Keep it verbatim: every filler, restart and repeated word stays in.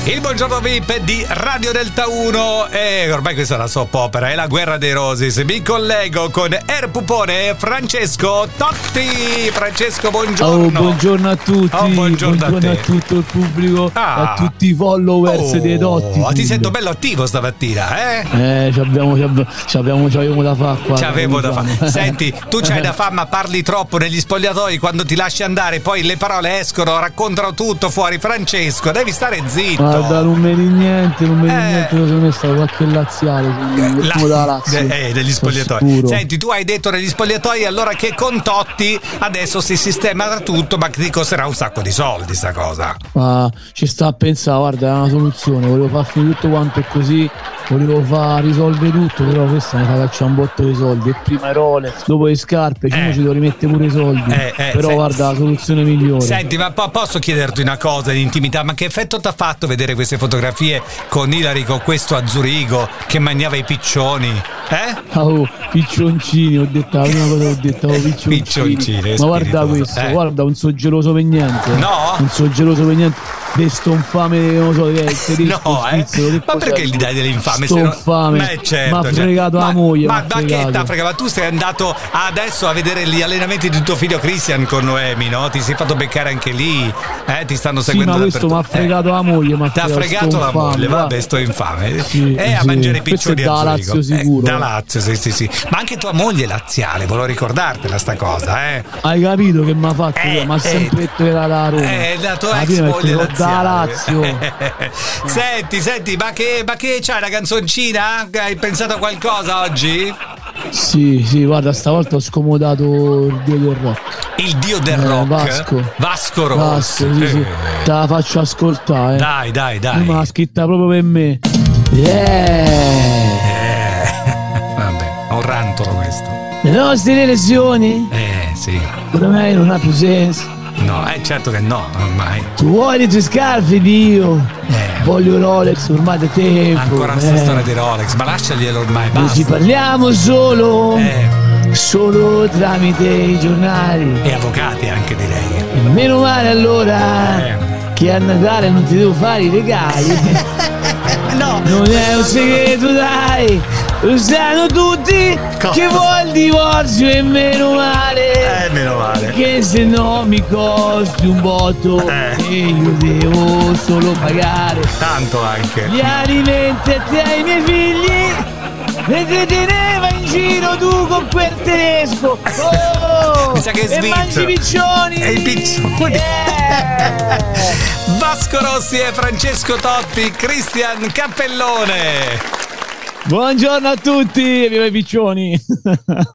Il buongiorno V I P di Radio Delta uno e ormai questa è la soap opera, è la guerra dei Roses. Mi collego con Er Pupone e Francesco Totti. Francesco, buongiorno. Oh, buongiorno a tutti. Oh, buongiorno, buongiorno a, a tutto il pubblico, ah. a tutti i followers oh, dei Totti. Ti sento bello attivo stamattina, eh? Eh, ci abbiamo, ci abbiamo, ci abbiamo, ci abbiamo da fare qua. Ci avevo da fare. Senti, tu c'hai da fare, ma parli troppo negli spogliatoi quando ti lasci andare, poi le parole escono, raccontano tutto fuori. Francesco, devi stare zitto. Guarda, non mi di niente, non mi di Eh. niente, secondo me stavo qualche laziale La- da Lazio. eh, negli spogliatoi. Sicuro. Senti, tu hai detto negli spogliatoi allora che con Totti adesso si sistema tutto, ma che ti costerà un sacco di soldi sta cosa. Ma ci sta a pensare, guarda, è una soluzione. Volevo far finire tutto quanto così, volevo far risolvere tutto, però questa mi fa cacciare un botto di soldi. E prima i Rolex, dopo le scarpe, Eh. ci ci devo rimettere pure i soldi. Eh, eh, però se- guarda, la soluzione migliore. Senti, ma po- posso chiederti una cosa in intimità? Ma che effetto ti ha fatto vedere queste fotografie con Ilari, con questo a Zurigo che mangiava i piccioni? Eh? Oh, piccioncini, ho detto la prima cosa che ho detto, oh, piccioncini. Piccioncini, Ma guarda spiritoso. questo, Eh. guarda, un so geloso per niente. No? Un so geloso per niente. De sto infame, non so, che è il tedesco, No, eh? svizzero, che Ma cos'è? perché gli dai dell'infame? Sto se no- infame. Beh, certo, m'ha cioè. fregato ma, la moglie. Ma, m'ha ma che fregato. t'ha fregato? Ma tu sei andato adesso a vedere gli allenamenti di tuo figlio Christian con Noemi, no? Ti sei fatto beccare anche lì, eh? Ti stanno Sì, seguendo ma questo mi ha dappertutto. fregato la moglie. m'ha Ti ha fregato, fregato sto la infame, moglie, va. vabbè, sto infame. Sì, eh, a sì. mangiare i Questo è piccioni a da Zurigo. Lazio sicuro. Eh, da Lazio, sì, sì, sì. Ma anche tua moglie è laziale, volevo ricordartela sta cosa, eh? Hai capito che mi ha fatto? Eh, Ma ha eh. sempre detto che era da Roma. Eh, la tua Alla ex fine moglie perché sono da laziale. Lazio. Senti, senti, ma che, ma che c'hai una canzoncina? Hai pensato a qualcosa oggi? Sì, sì, guarda, stavolta ho scomodato il dio del rock. Il dio del Eh, rock? Vasco. Vasco Rossi. Vasco, sì, sì. Eh. Te la faccio ascoltare. Dai, dai, dai. Ma l'ha scritta proprio per me. Yeah! Eh, vabbè, è un rantolo questo. Le nostre lesioni Eh, sì. ormai non ha più senso. No, eh, certo che no, ormai. Tu vuoi le tue scarpe, Dio? Eh. Voglio Rolex ormai da tempo. Ancora questa eh. storia di Rolex, ma lasciaglielo ormai, Non ci basta. parliamo solo, Eh, solo tramite i giornali. e avvocati anche direi. E meno male allora Eh. che a Natale non ti devo fare i regali. No. Non è un segreto, dai, lo sanno tutti Cosa? che vuoi il divorzio e meno male. Eh, meno male. Che se no mi costi un botto Eh. e io devo solo pagare Tanto anche. gli alimenti a te e ai miei figli, mentre teneva in giro tu con quel tedesco. Oh, Mi sa che è e mangi svizzero. i piccioni. E i piccioni. Yeah. Vasco Rossi e Francesco Totti, Christian Cappellone. Buongiorno a tutti, viva i piccioni.